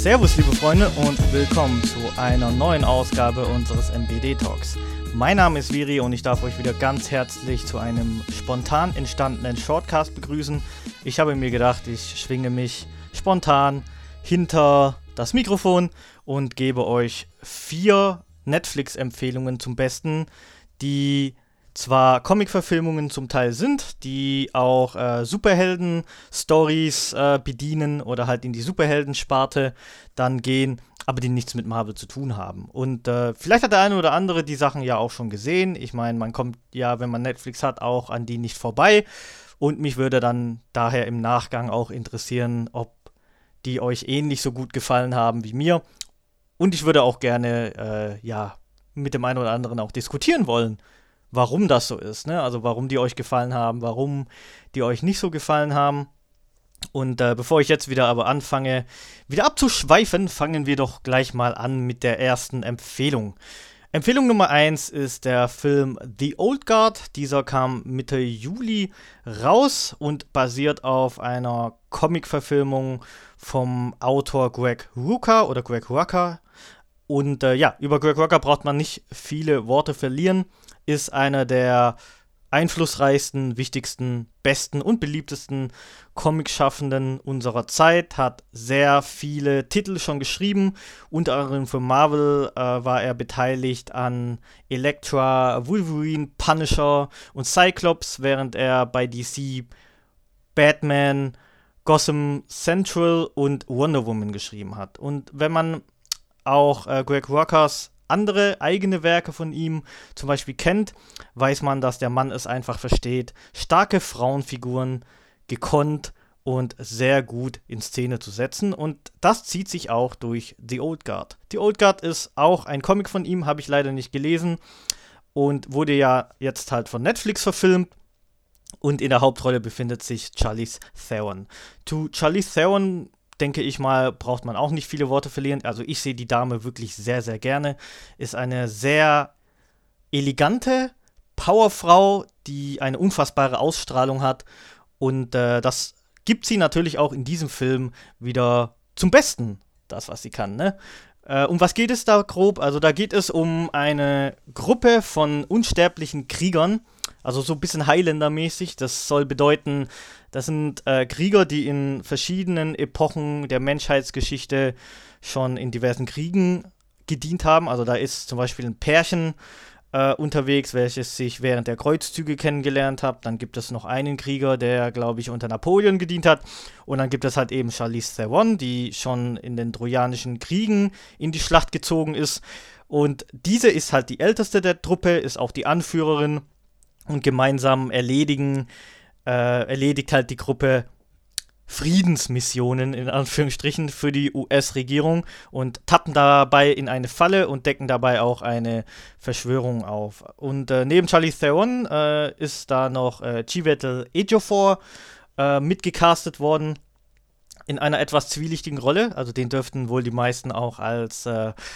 Servus, liebe Freunde, und willkommen zu einer neuen Ausgabe unseres MBD Talks. Mein Name ist Viri und ich darf euch wieder ganz herzlich zu einem spontan entstandenen Shortcast begrüßen. Ich habe mir gedacht, ich schwinge mich spontan hinter das Mikrofon und gebe euch 4 Netflix-Empfehlungen zum Besten, die zwar Comic-Verfilmungen zum Teil sind, die auch Superhelden-Stories bedienen oder halt in die Superhelden-Sparte dann gehen, aber die nichts mit Marvel zu tun haben. Und vielleicht hat der eine oder andere die Sachen ja auch schon gesehen. Ich meine, man kommt ja, wenn man Netflix hat, auch an die nicht vorbei. Und mich würde dann daher im Nachgang auch interessieren, ob die euch ähnlich so gut gefallen haben wie mir. Und ich würde auch gerne mit dem einen oder anderen auch diskutieren wollen, warum das so ist, ne? Also warum die euch gefallen haben, warum die euch nicht so gefallen haben. Und bevor ich jetzt wieder aber anfange, wieder abzuschweifen, fangen wir doch gleich mal an mit der ersten Empfehlung. Empfehlung Nummer 1 ist der Film The Old Guard. Dieser kam Mitte Juli raus und basiert auf einer Comic-Verfilmung vom Autor Greg Rucka. Und über Greg Rucka braucht man nicht viele Worte verlieren. Ist einer der einflussreichsten, wichtigsten, besten und beliebtesten Comic-Schaffenden unserer Zeit, hat sehr viele Titel schon geschrieben, unter anderem für Marvel war er beteiligt an Elektra, Wolverine, Punisher und Cyclops, während er bei DC Batman, Gotham Central und Wonder Woman geschrieben hat. Und wenn man auch Greg Ruckas andere eigene Werke von ihm zum Beispiel kennt, weiß man, dass der Mann es einfach versteht, starke Frauenfiguren gekonnt und sehr gut in Szene zu setzen. Und das zieht sich auch durch The Old Guard. The Old Guard ist auch ein Comic von ihm, habe ich leider nicht gelesen und wurde ja jetzt halt von Netflix verfilmt. Und in der Hauptrolle befindet sich Charlize Theron. Zu Charlize Theron, denke ich mal, braucht man auch nicht viele Worte verlieren. Also ich sehe die Dame wirklich sehr, sehr gerne. Ist eine sehr elegante Powerfrau, die eine unfassbare Ausstrahlung hat. Und das gibt sie natürlich auch in diesem Film wieder zum Besten, das, was sie kann, ne? Um was geht es da grob? Also da geht es um eine Gruppe von unsterblichen Kriegern, also so ein bisschen Highlander-mäßig. Das soll bedeuten, das sind Krieger, die in verschiedenen Epochen der Menschheitsgeschichte schon in diversen Kriegen gedient haben. Also da ist zum Beispiel ein Pärchen unterwegs, welches sich während der Kreuzzüge kennengelernt hat. Dann gibt es noch einen Krieger, der, glaube ich, unter Napoleon gedient hat. Und dann gibt es halt eben Charlize Theron, die schon in den Trojanischen Kriegen in die Schlacht gezogen ist. Und diese ist halt die älteste der Truppe, ist auch die Anführerin. Und gemeinsam erledigt halt die Gruppe Friedensmissionen, in Anführungsstrichen, für die US-Regierung und tappen dabei in eine Falle und decken dabei auch eine Verschwörung auf. Und neben Charlize Theron ist da noch Chiwetel Ejiofor mitgecastet worden in einer etwas zwielichtigen Rolle. Also den dürften wohl die meisten auch als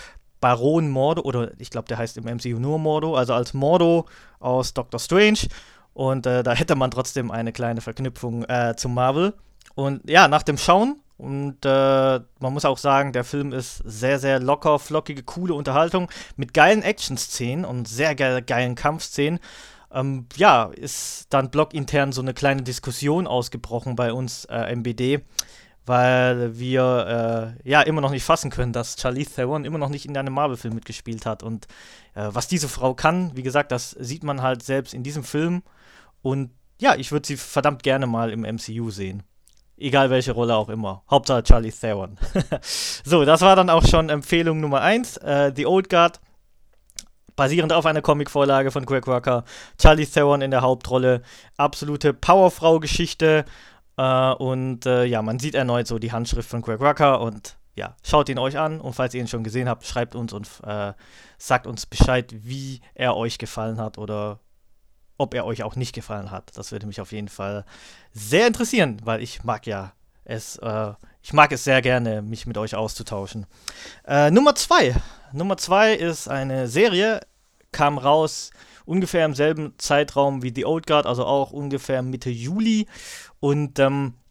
Baron Mordo, oder ich glaube, der heißt im MCU nur Mordo, also als Mordo aus Doctor Strange. Und da hätte man trotzdem eine kleine Verknüpfung zu Marvel. Und ja, nach dem Schauen, und man muss auch sagen, der Film ist sehr, sehr locker, flockige, coole Unterhaltung mit geilen Action-Szenen und sehr geilen Kampfszenen. Ist dann blogintern so eine kleine Diskussion ausgebrochen bei uns MBD, weil wir immer noch nicht fassen können, dass Charlize Theron immer noch nicht in einem Marvel-Film mitgespielt hat. Und was diese Frau kann, wie gesagt, das sieht man halt selbst in diesem Film. Und ja, ich würde sie verdammt gerne mal im MCU sehen. Egal welche Rolle auch immer. Hauptsache Charlize Theron. So, das war dann auch schon Empfehlung Nummer 1. The Old Guard. Basierend auf einer Comicvorlage von Greg Rucka. Charlize Theron in der Hauptrolle. Absolute Powerfrau-Geschichte. Man sieht erneut so die Handschrift von Greg Rucka. Und ja, schaut ihn euch an. Und falls ihr ihn schon gesehen habt, schreibt uns und sagt uns Bescheid, wie er euch gefallen hat oder ob er euch auch nicht gefallen hat. Das würde mich auf jeden Fall sehr interessieren, weil ich mag es sehr gerne, mich mit euch auszutauschen. Nummer 2. Nummer 2 ist eine Serie, kam raus ungefähr im selben Zeitraum wie The Old Guard, also auch ungefähr Mitte Juli und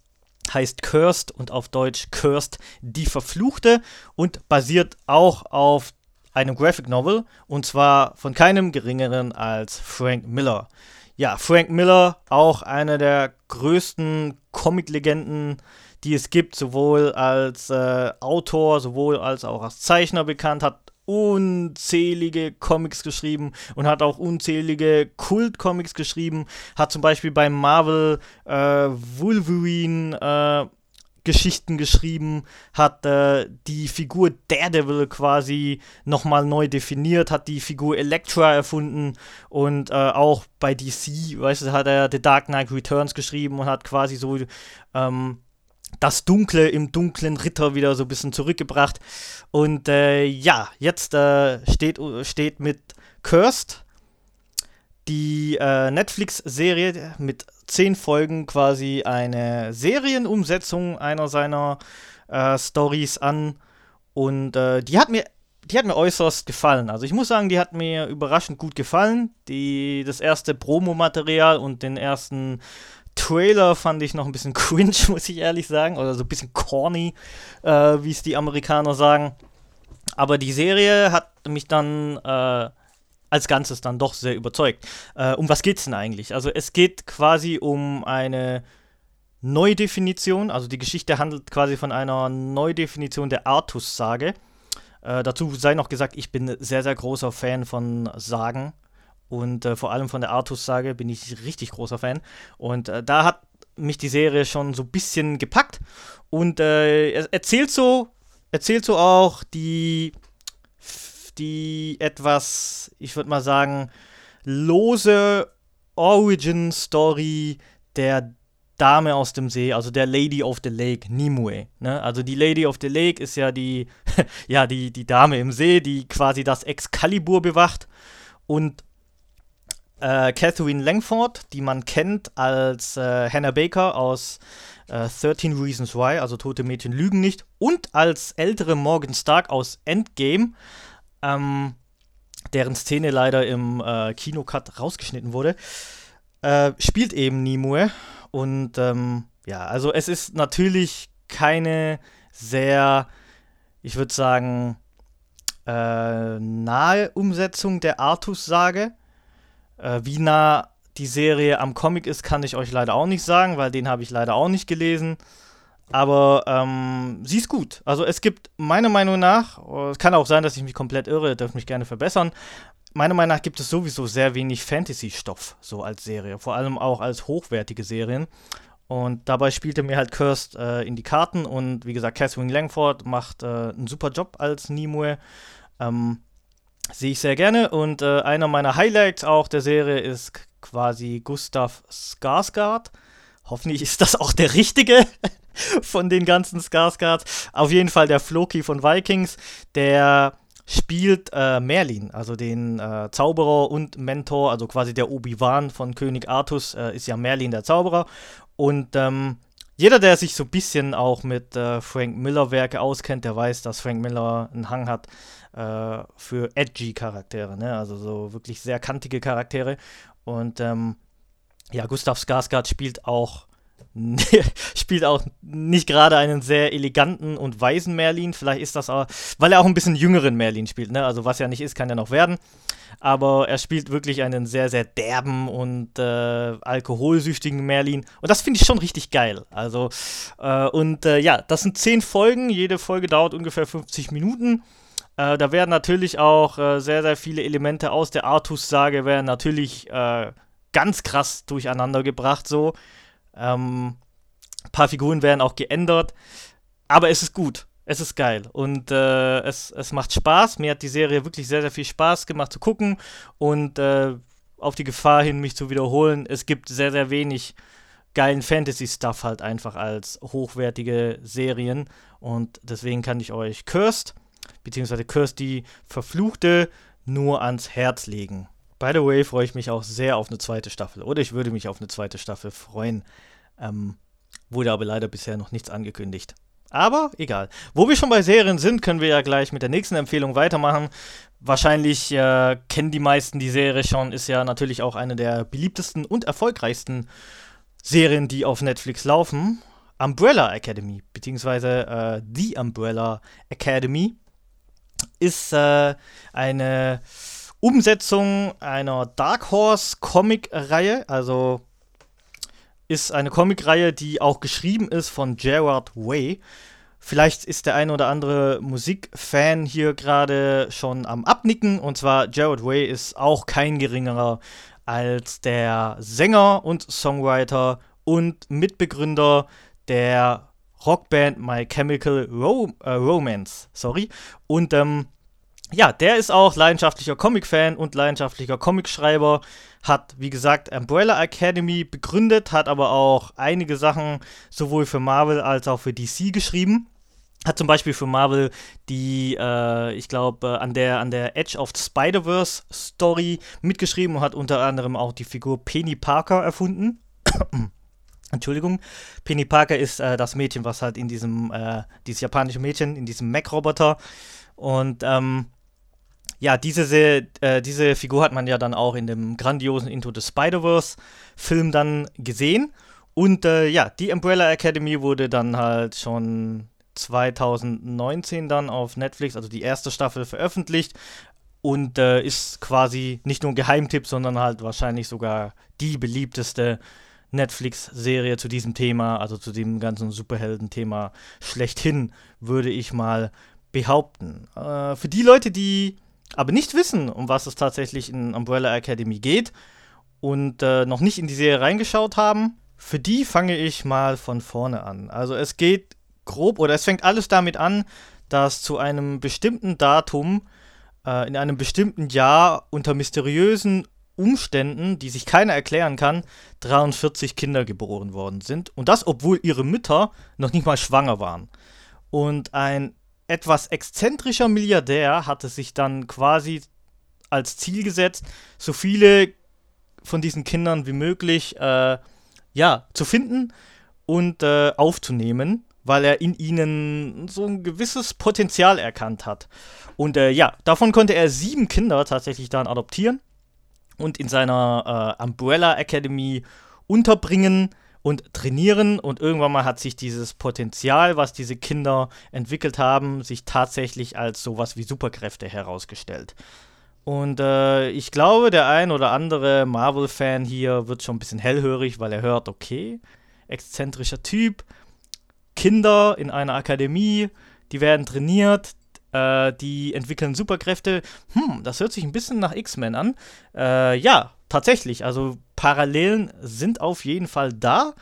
heißt Cursed und auf Deutsch Cursed, die Verfluchte, und basiert auch auf einem Graphic Novel, und zwar von keinem geringeren als Frank Miller. Ja, Frank Miller, auch einer der größten Comic-Legenden, die es gibt, sowohl als Autor, sowohl als auch als Zeichner bekannt, hat unzählige Comics geschrieben und hat auch unzählige Kult-Comics geschrieben, hat zum Beispiel bei Marvel Wolverine Geschichten geschrieben, hat die Figur Daredevil quasi nochmal neu definiert, hat die Figur Elektra erfunden und auch bei DC, weißt du, hat er The Dark Knight Returns geschrieben und hat quasi so das Dunkle im dunklen Ritter wieder so ein bisschen zurückgebracht. Und jetzt steht mit Cursed die Netflix-Serie mit 10 Folgen quasi eine Serienumsetzung einer seiner Stories an. Und die hat mir äußerst gefallen. Also ich muss sagen, die hat mir überraschend gut gefallen. Das erste Promomaterial und den ersten Trailer fand ich noch ein bisschen cringe, muss ich ehrlich sagen. Oder so ein bisschen corny, wie es die Amerikaner sagen. Aber die Serie hat mich dann als Ganzes dann doch sehr überzeugt. Um was geht's denn eigentlich? Also es geht quasi um eine Neudefinition. Also die Geschichte handelt quasi von einer Neudefinition der Artus-Sage. Dazu sei noch gesagt, ich bin sehr, sehr großer Fan von Sagen. Und vor allem von der Artus-Sage bin ich richtig großer Fan. Und da hat mich die Serie schon so ein bisschen gepackt. Und erzählt so auch die etwas, ich würde mal sagen, lose Origin-Story der Dame aus dem See, also der Lady of the Lake, Nimue. Ne? Also die Lady of the Lake ist ja die Dame im See, die quasi das Excalibur bewacht. Und Catherine Langford, die man kennt als Hannah Baker aus 13 Reasons Why, also Tote Mädchen lügen nicht, und als ältere Morgan Stark aus Endgame, deren Szene leider im Kinocut rausgeschnitten wurde, spielt eben Nimue. Und also es ist natürlich keine sehr, ich würde sagen, nahe Umsetzung der Artus-Sage. Wie nah die Serie am Comic ist, kann ich euch leider auch nicht sagen, weil den habe ich leider auch nicht gelesen. Aber sie ist gut. Also es gibt meiner Meinung nach, es kann auch sein, dass ich mich komplett irre, ihr dürft mich gerne verbessern, meiner Meinung nach gibt es sowieso sehr wenig Fantasy-Stoff so als Serie, vor allem auch als hochwertige Serien. Und dabei spielte mir halt Cursed in die Karten und wie gesagt, Catherine Langford macht einen super Job als Nimue. Sehe ich sehr gerne und einer meiner Highlights auch der Serie ist quasi Gustav Skarsgård. Hoffentlich ist das auch der richtige von den ganzen Skarsgårds. Auf jeden Fall der Floki von Vikings, der spielt Merlin, also den Zauberer und Mentor, also quasi der Obi-Wan von König Artus, ist ja Merlin der Zauberer. Und jeder, der sich so ein bisschen auch mit Frank Miller-Werke auskennt, der weiß, dass Frank Miller einen Hang hat für edgy Charaktere, ne? Also so wirklich sehr kantige Charaktere. Und Gustav Skarsgård spielt auch nicht gerade einen sehr eleganten und weisen Merlin. Vielleicht ist das auch, weil er auch ein bisschen jüngeren Merlin spielt, ne? Also was ja nicht ist, kann ja noch werden. Aber er spielt wirklich einen sehr, sehr derben und alkoholsüchtigen Merlin. Und das finde ich schon richtig geil. Also, das sind 10 Folgen. Jede Folge dauert ungefähr 50 Minuten. Da werden natürlich auch sehr, sehr viele Elemente aus der Artus-Sage werden natürlich ganz krass durcheinander gebracht, so. Ein paar Figuren werden auch geändert. Aber es ist gut. Es ist geil. Und es macht Spaß. Mir hat die Serie wirklich sehr, sehr viel Spaß gemacht zu gucken. Und auf die Gefahr hin, mich zu wiederholen, es gibt sehr, sehr wenig geilen Fantasy-Stuff halt einfach als hochwertige Serien. Und deswegen kann ich euch Cursed, beziehungsweise Cursed die Verfluchte, nur ans Herz legen. By the way, freue ich mich auch sehr auf eine zweite Staffel. Oder ich würde mich auf eine zweite Staffel freuen. Wurde aber leider bisher noch nichts angekündigt. Aber egal. Wo wir schon bei Serien sind, können wir ja gleich mit der nächsten Empfehlung weitermachen. Wahrscheinlich kennen die meisten die Serie schon. Ist ja natürlich auch eine der beliebtesten und erfolgreichsten Serien, die auf Netflix laufen. Umbrella Academy, beziehungsweise The Umbrella Academy, ist eine Umsetzung einer Dark Horse Comic-Reihe, also ist eine Comicreihe, die auch geschrieben ist von Gerard Way. Vielleicht ist der ein oder andere Musikfan hier gerade schon am Abnicken. Und zwar, Gerard Way ist auch kein geringerer als der Sänger und Songwriter und Mitbegründer der Rockband My Chemical Romance. Und ja, der ist auch leidenschaftlicher Comic-Fan und leidenschaftlicher Comicschreiber, hat, wie gesagt, Umbrella Academy begründet, hat aber auch einige Sachen sowohl für Marvel als auch für DC geschrieben. Hat zum Beispiel für Marvel die, ich glaube, an der Edge of the Spider-Verse Story mitgeschrieben und hat unter anderem auch die Figur Penny Parker erfunden. Entschuldigung. Penny Parker ist das Mädchen, was halt in dieses japanische Mädchen, in diesem Mech-Roboter. Und, ja, diese Figur hat man ja dann auch in dem grandiosen Into the Spider-Verse-Film dann gesehen. Und ja, die Umbrella Academy wurde dann halt schon 2019 dann auf Netflix, also die erste Staffel, veröffentlicht. Und ist quasi nicht nur ein Geheimtipp, sondern halt wahrscheinlich sogar die beliebteste Netflix-Serie zu diesem Thema, also zu dem ganzen Superhelden-Thema schlechthin, würde ich mal behaupten. Für die Leute, die aber nicht wissen, um was es tatsächlich in Umbrella Academy geht und noch nicht in die Serie reingeschaut haben, für die fange ich mal von vorne an. Also es geht es fängt alles damit an, dass zu einem bestimmten Datum in einem bestimmten Jahr unter mysteriösen Umständen, die sich keiner erklären kann, 43 Kinder geboren worden sind. Und das, obwohl ihre Mütter noch nicht mal schwanger waren. Und ein etwas exzentrischer Milliardär hatte sich dann quasi als Ziel gesetzt, so viele von diesen Kindern wie möglich zu finden und aufzunehmen, weil er in ihnen so ein gewisses Potenzial erkannt hat. Und ja, davon konnte er 7 Kinder tatsächlich dann adoptieren und in seiner Umbrella Academy unterbringen und trainieren. Und irgendwann mal hat sich dieses Potenzial, was diese Kinder entwickelt haben, sich tatsächlich als sowas wie Superkräfte herausgestellt. Und ich glaube, der ein oder andere Marvel-Fan hier wird schon ein bisschen hellhörig, weil er hört, okay, exzentrischer Typ, Kinder in einer Akademie, die werden trainiert, die entwickeln Superkräfte. Das hört sich ein bisschen nach X-Men an. Ja, tatsächlich, also Parallelen sind auf jeden Fall da.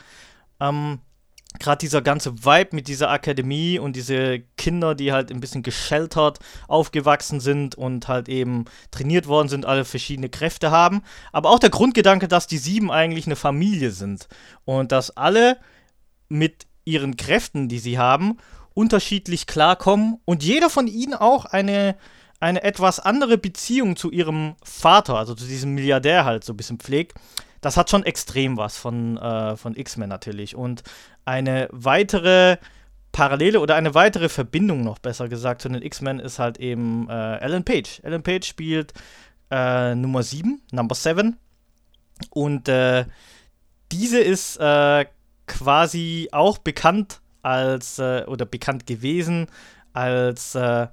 Gerade dieser ganze Vibe mit dieser Akademie und diese Kinder, die halt ein bisschen gesheltert aufgewachsen sind und halt eben trainiert worden sind, alle verschiedene Kräfte haben. Aber auch der Grundgedanke, dass die 7 eigentlich eine Familie sind und dass alle mit ihren Kräften, die sie haben, unterschiedlich klarkommen und jeder von ihnen auch eine etwas andere Beziehung zu ihrem Vater, also zu diesem Milliardär halt so ein bisschen pflegt. Das hat schon extrem was von X-Men natürlich. Und eine weitere Parallele oder eine weitere Verbindung noch, besser gesagt, zu den X-Men ist halt eben Ellen Page. Ellen Page spielt Number 7. Und diese ist quasi auch bekannt oder bekannt gewesen als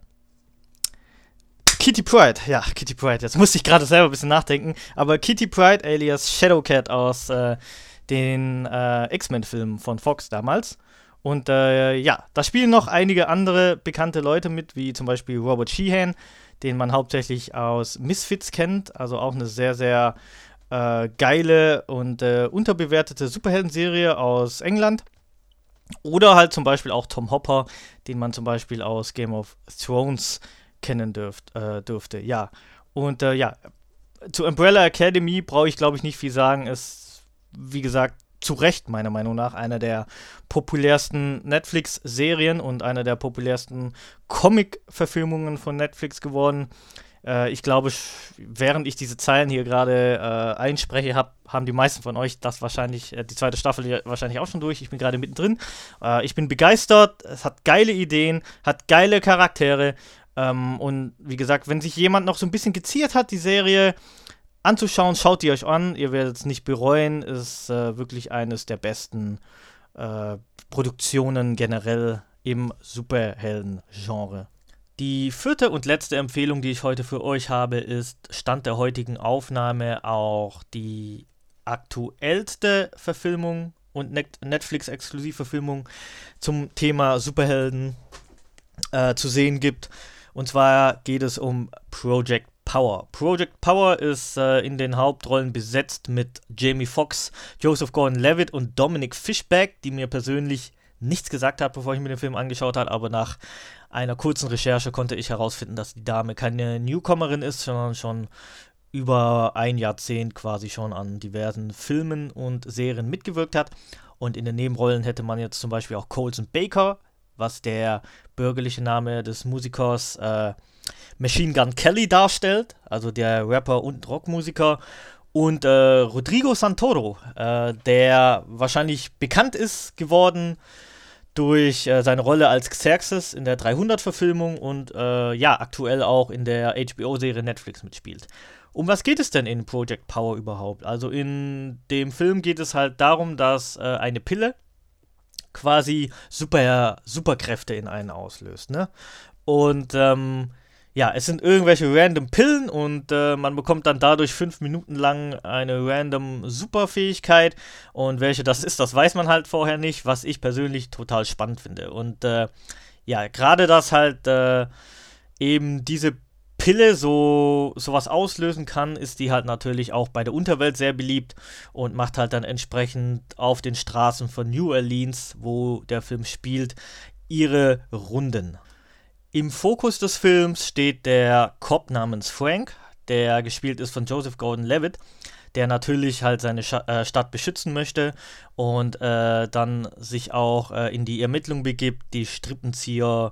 Kitty Pryde. Ja, Kitty Pryde. Jetzt musste ich gerade selber ein bisschen nachdenken. Aber Kitty Pryde alias Shadowcat aus den X-Men-Filmen von Fox damals. Und ja, da spielen noch einige andere bekannte Leute mit, wie zum Beispiel Robert Sheehan, den man hauptsächlich aus Misfits kennt. Also auch eine sehr, sehr geile und unterbewertete Superhelden-Serie aus England. Oder halt zum Beispiel auch Tom Hopper, den man zum Beispiel aus Game of Thrones kennen dürfte. Ja, und ja, zu Umbrella Academy brauche ich, glaube ich, nicht viel sagen. Ist, wie gesagt, zu Recht meiner Meinung nach einer der populärsten Netflix-Serien und einer der populärsten Comic-Verfilmungen von Netflix geworden. Ich glaube, während ich diese Zeilen hier gerade einspreche, haben die meisten von euch das wahrscheinlich, die zweite Staffel wahrscheinlich auch schon durch. Ich bin gerade mittendrin. Ich bin begeistert. Es hat geile Ideen, hat geile Charaktere. Und wie gesagt, wenn sich jemand noch so ein bisschen geziert hat, die Serie anzuschauen, schaut die euch an. Ihr werdet es nicht bereuen. Ist wirklich eines der besten Produktionen generell im Superhelden-Genre. Die vierte und letzte Empfehlung, die ich heute für euch habe, ist Stand der heutigen Aufnahme auch die aktuellste Verfilmung und Netflix-Exklusivverfilmung zum Thema Superhelden zu sehen gibt. Und zwar geht es um Project Power. Project Power ist in den Hauptrollen besetzt mit Jamie Foxx, Joseph Gordon-Levitt und Dominic Fishback, die mir persönlich nichts gesagt hat, bevor ich mir den Film angeschaut habe, aber nach einer kurzen Recherche konnte ich herausfinden, dass die Dame keine Newcomerin ist, sondern schon über ein Jahrzehnt quasi schon an diversen Filmen und Serien mitgewirkt hat. Und in den Nebenrollen hätte man jetzt zum Beispiel auch Colson Baker, was der bürgerliche Name des Musikers Machine Gun Kelly darstellt, also der Rapper und Rockmusiker. Und Rodrigo Santoro, der wahrscheinlich bekannt ist geworden durch seine Rolle als Xerxes in der 300-Verfilmung und aktuell auch in der HBO-Serie Netflix mitspielt. Um was geht es denn in Project Power überhaupt? Also in dem Film geht es halt darum, dass eine Pille quasi Superkräfte in einen auslöst, ne? Und es sind irgendwelche random Pillen und man bekommt dann dadurch 5 Minuten lang eine random Superfähigkeit und welche das ist, das weiß man halt vorher nicht, was ich persönlich total spannend finde. Und gerade dass halt eben diese Pille sowas auslösen kann, ist die halt natürlich auch bei der Unterwelt sehr beliebt und macht halt dann entsprechend auf den Straßen von New Orleans, wo der Film spielt, ihre Runden. Im Fokus des Films steht der Cop namens Frank, der gespielt ist von Joseph Gordon-Levitt, der natürlich halt seine Stadt beschützen möchte und dann sich auch in die Ermittlung begibt, die Strippenzieher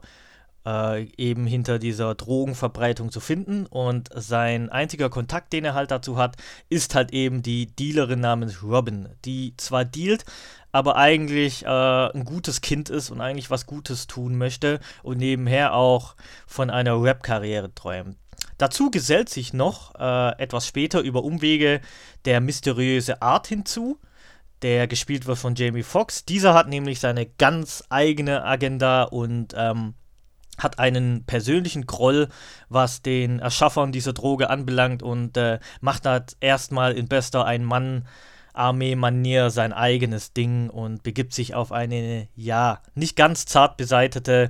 eben hinter dieser Drogenverbreitung zu finden. Und sein einziger Kontakt, den er halt dazu hat, ist halt eben die Dealerin namens Robin, die zwar dealt, aber eigentlich ein gutes Kind ist und eigentlich was Gutes tun möchte und nebenher auch von einer Rap-Karriere träumt. Dazu gesellt sich noch etwas später über Umwege der mysteriöse Art hinzu, der gespielt wird von Jamie Foxx. Dieser hat nämlich seine ganz eigene Agenda und hat einen persönlichen Groll, was den Erschaffern dieser Droge anbelangt und macht halt erstmal in bester Ein-Mann-Armee-Manier sein eigenes Ding und begibt sich auf eine, nicht ganz zart beseitete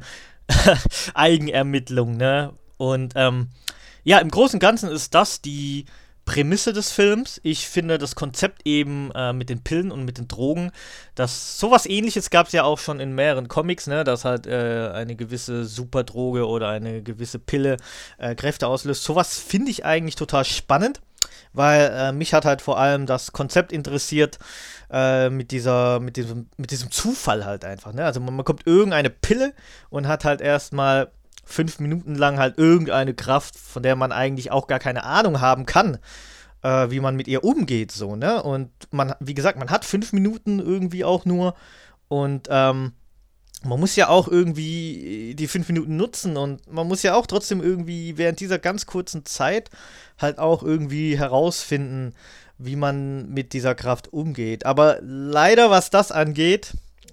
Eigenermittlung, ne? Und im Großen und Ganzen ist das die Prämisse des Films. Ich finde das Konzept eben mit den Pillen und mit den Drogen, dass sowas Ähnliches gab es ja auch schon in mehreren Comics, ne, dass halt eine gewisse Superdroge oder eine gewisse Pille Kräfte auslöst. Sowas finde ich eigentlich total spannend, weil mich hat halt vor allem das Konzept interessiert mit diesem Zufall halt einfach, ne? Also man bekommt irgendeine Pille und hat halt erstmal 5 Minuten lang halt irgendeine Kraft, von der man eigentlich auch gar keine Ahnung haben kann, wie man mit ihr umgeht, so, ne? Und man, wie gesagt, man hat 5 Minuten irgendwie auch nur und man muss ja auch irgendwie die 5 Minuten nutzen und man muss ja auch trotzdem irgendwie während dieser ganz kurzen Zeit halt auch irgendwie herausfinden, wie man mit dieser Kraft umgeht. Aber leider, was das angeht,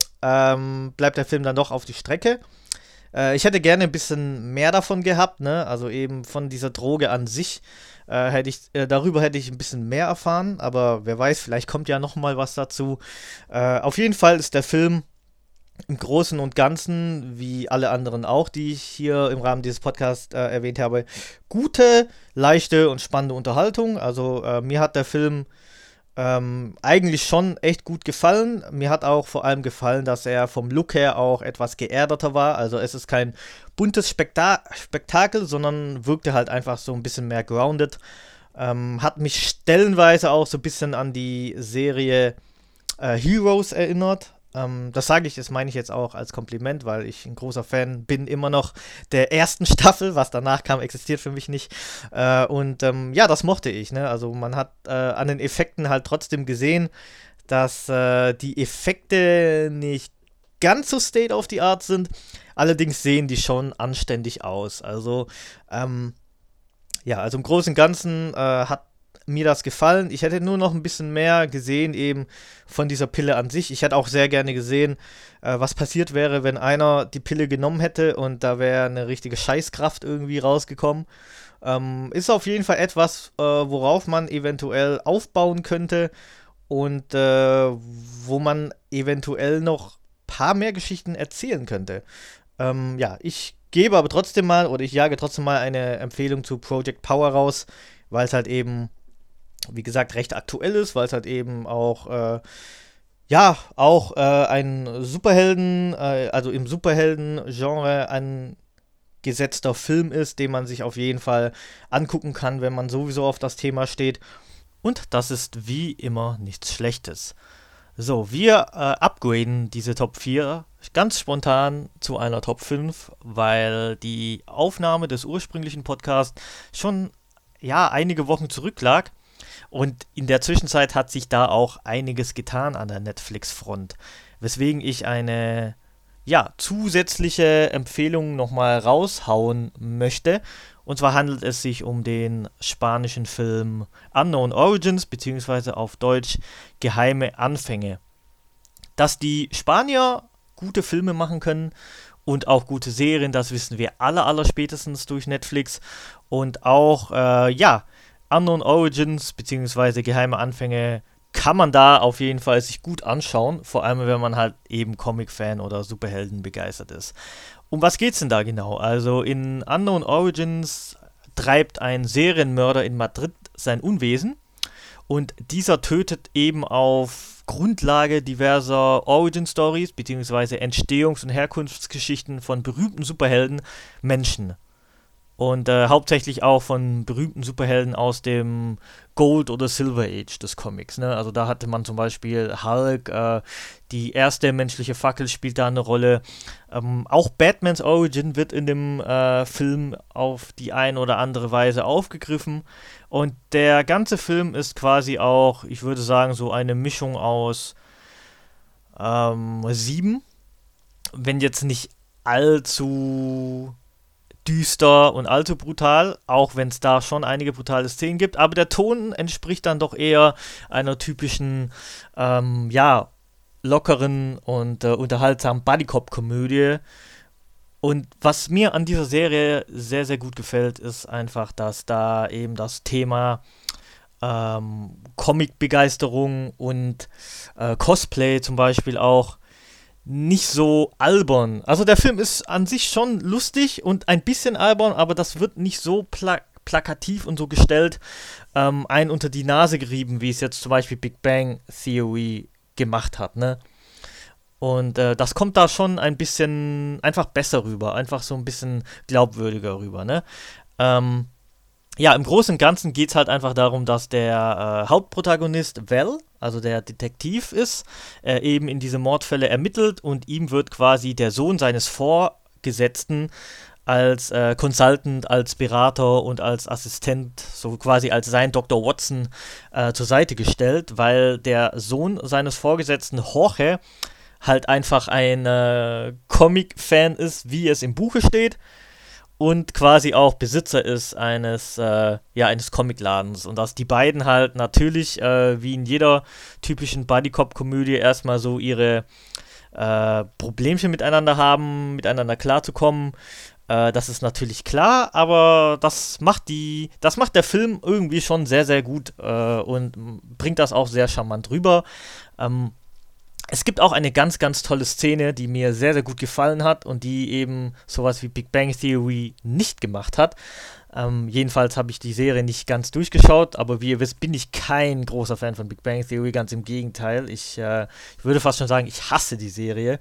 bleibt der Film dann doch auf die Strecke. Ich hätte gerne ein bisschen mehr davon gehabt, ne? Also eben von dieser Droge an sich darüber hätte ich ein bisschen mehr erfahren, aber wer weiß, vielleicht kommt ja noch mal was dazu. Auf jeden Fall ist der Film im Großen und Ganzen, wie alle anderen auch, die ich hier im Rahmen dieses Podcasts erwähnt habe, gute, leichte und spannende Unterhaltung. Also mir hat der Film eigentlich schon echt gut gefallen. Mir hat auch vor allem gefallen, dass er vom Look her auch etwas geerdeter war. Also es ist kein buntes Spektakel, sondern wirkte halt einfach so ein bisschen mehr grounded. Hat mich stellenweise auch so ein bisschen an die Serie Heroes erinnert. Das meine ich jetzt auch als Kompliment, weil ich ein großer Fan bin immer noch der ersten Staffel. Was danach kam, existiert für mich nicht. Das mochte ich, ne? Also man hat an den Effekten halt trotzdem gesehen, dass die Effekte nicht ganz so state of the art sind. Allerdings sehen die schon anständig aus. Also, also im Großen und Ganzen hat mir das gefallen. Ich hätte nur noch ein bisschen mehr gesehen eben von dieser Pille an sich. Ich hätte auch sehr gerne gesehen, was passiert wäre, wenn einer die Pille genommen hätte und da wäre eine richtige Scheißkraft irgendwie rausgekommen. Ist auf jeden Fall etwas, worauf man eventuell aufbauen könnte und wo man eventuell noch ein paar mehr Geschichten erzählen könnte. Ja, ich gebe aber trotzdem mal, oder ich jage trotzdem mal eine Empfehlung zu Project Power raus, weil es halt eben, wie gesagt, recht aktuell ist, weil es halt eben auch, ein Superhelden, also im Superhelden-Genre angesetzter Film ist, den man sich auf jeden Fall angucken kann, wenn man sowieso auf das Thema steht. Und das ist wie immer nichts Schlechtes. So, wir upgraden diese Top 4 ganz spontan zu einer Top 5, weil die Aufnahme des ursprünglichen Podcasts schon, einige Wochen zurücklag. Und in der Zwischenzeit hat sich da auch einiges getan an der Netflix-Front. Weswegen ich eine, zusätzliche Empfehlung nochmal raushauen möchte. Und zwar handelt es sich um den spanischen Film Unknown Origins, beziehungsweise auf Deutsch Geheime Anfänge. Dass die Spanier gute Filme machen können und auch gute Serien, das wissen wir aller spätestens durch Netflix. Und auch, Unknown Origins, beziehungsweise Geheime Anfänge, kann man da auf jeden Fall sich gut anschauen, vor allem wenn man halt eben Comic-Fan oder Superhelden begeistert ist. Um was geht's denn da genau? Also in Unknown Origins treibt ein Serienmörder in Madrid sein Unwesen und dieser tötet eben auf Grundlage diverser Origin-Stories bzw. Entstehungs- und Herkunftsgeschichten von berühmten Superhelden Menschen. Und hauptsächlich auch von berühmten Superhelden aus dem Gold- oder Silver Age des Comics. Ne? Also da hatte man zum Beispiel Hulk, die erste menschliche Fackel spielt da eine Rolle. Auch Batmans Origin wird in dem Film auf die eine oder andere Weise aufgegriffen. Und der ganze Film ist quasi auch, ich würde sagen, so eine Mischung aus 7, wenn jetzt nicht allzu düster und allzu brutal, auch wenn es da schon einige brutale Szenen gibt, aber der Ton entspricht dann doch eher einer typischen, lockeren und unterhaltsamen Buddy-Cop-Komödie. Und was mir an dieser Serie sehr, sehr gut gefällt, ist einfach, dass da eben das Thema Comic-Begeisterung und Cosplay zum Beispiel auch nicht so albern. Also der Film ist an sich schon lustig und ein bisschen albern, aber das wird nicht so plakativ und so gestellt, einen unter die Nase gerieben, wie es jetzt zum Beispiel Big Bang Theory gemacht hat, ne? Und das kommt da schon ein bisschen einfach besser rüber, einfach so ein bisschen glaubwürdiger rüber, ne? Im Großen und Ganzen geht es halt einfach darum, dass der Hauptprotagonist Val, also der Detektiv ist, eben in diese Mordfälle ermittelt und ihm wird quasi der Sohn seines Vorgesetzten als Consultant, als Berater und als Assistent, so quasi als sein Dr. Watson zur Seite gestellt, weil der Sohn seines Vorgesetzten Jorge halt einfach ein Comic-Fan ist, wie es im Buche steht. Und quasi auch Besitzer ist eines Comicladens. Und dass die beiden halt natürlich, wie in jeder typischen Buddy-Cop-Komödie, erstmal so ihre Problemchen miteinander haben, miteinander klarzukommen. Das ist natürlich klar, aber das macht der Film irgendwie schon sehr, sehr gut und bringt das auch sehr charmant rüber. Es gibt auch eine ganz, ganz tolle Szene, die mir sehr, sehr gut gefallen hat und die eben sowas wie Big Bang Theory nicht gemacht hat. Jedenfalls habe ich die Serie nicht ganz durchgeschaut, aber wie ihr wisst, bin ich kein großer Fan von Big Bang Theory, ganz im Gegenteil. Ich würde fast schon sagen, ich hasse die Serie.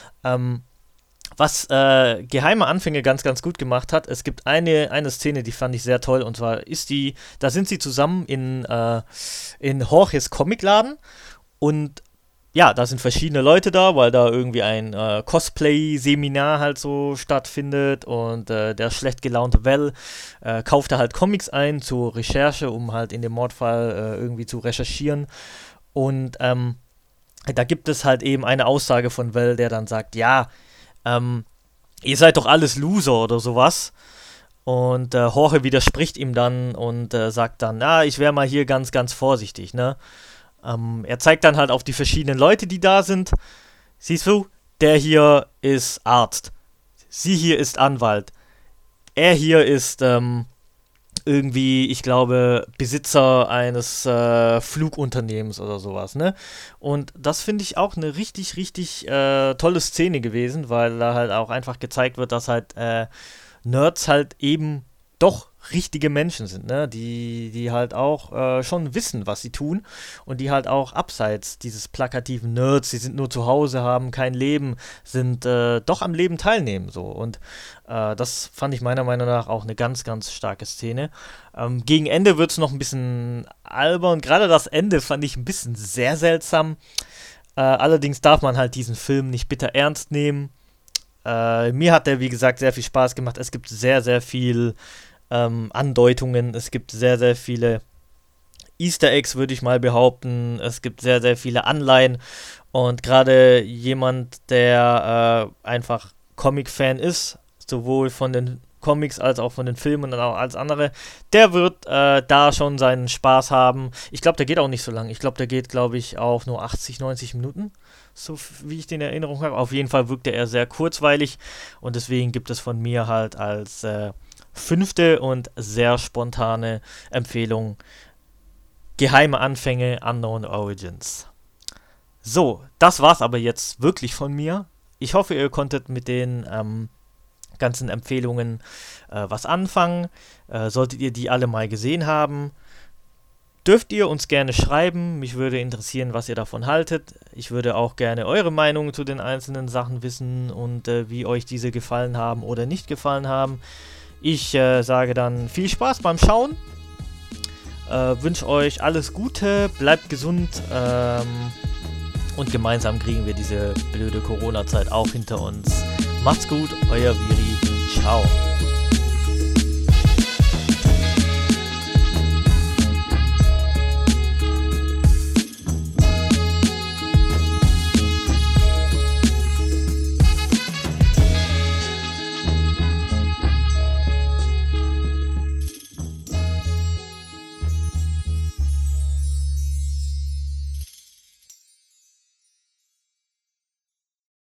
Was Geheime Anfänge ganz, ganz gut gemacht hat, es gibt eine Szene, die fand ich sehr toll, und zwar da sind sie zusammen in Jorges Comicladen und ja, da sind verschiedene Leute da, weil da irgendwie ein Cosplay-Seminar halt so stattfindet und der schlecht gelaunte Val kauft da halt Comics ein zur Recherche, um halt in dem Mordfall irgendwie zu recherchieren und da gibt es halt eben eine Aussage von Val, der dann sagt, ihr seid doch alles Loser oder sowas. Und Jorge widerspricht ihm dann und sagt dann, ich wäre mal hier ganz, ganz vorsichtig, ne? Er zeigt dann halt auf die verschiedenen Leute, die da sind. Siehst du, der hier ist Arzt. Sie hier ist Anwalt. Er hier ist irgendwie, ich glaube, Besitzer eines Flugunternehmens oder sowas, ne? Und das finde ich auch eine richtig, richtig tolle Szene gewesen, weil da halt auch einfach gezeigt wird, dass halt Nerds halt eben doch richtige Menschen sind, ne? Die halt auch schon wissen, was sie tun und die halt auch abseits dieses plakativen Nerds, die sind nur zu Hause, haben kein Leben, sind doch am Leben teilnehmen, so. Und das fand ich meiner Meinung nach auch eine ganz, ganz starke Szene. Gegen Ende wird es noch ein bisschen albern, gerade das Ende fand ich ein bisschen sehr seltsam. Allerdings darf man halt diesen Film nicht bitter ernst nehmen. Mir hat der, wie gesagt, sehr viel Spaß gemacht. Es gibt sehr, sehr viel Andeutungen. Es gibt sehr, sehr viele Easter Eggs, würde ich mal behaupten. Es gibt sehr, sehr viele Anleihen. Und gerade jemand, der einfach Comic-Fan ist, sowohl von den Comics als auch von den Filmen und auch als andere, der wird da schon seinen Spaß haben. Ich glaube, der geht auch nicht so lang. Ich glaube, der geht, auch nur 80, 90 Minuten. So wie ich den in Erinnerung habe. Auf jeden Fall wirkte er sehr kurzweilig. Und deswegen gibt es von mir halt als 5. und sehr spontane Empfehlung Geheime Anfänge, Unknown Origins. So, das war's aber jetzt wirklich von mir. Ich hoffe, ihr konntet mit den ganzen Empfehlungen was anfangen. Solltet ihr die alle mal gesehen haben, dürft ihr uns gerne schreiben. Mich würde interessieren, was ihr davon haltet. Ich würde auch gerne eure Meinung zu den einzelnen Sachen wissen und wie euch diese gefallen haben oder nicht gefallen haben. Ich sage dann viel Spaß beim Schauen. Wünsche euch alles Gute, bleibt gesund und gemeinsam kriegen wir diese blöde Corona-Zeit auch hinter uns. Macht's gut, euer Viri. Ciao.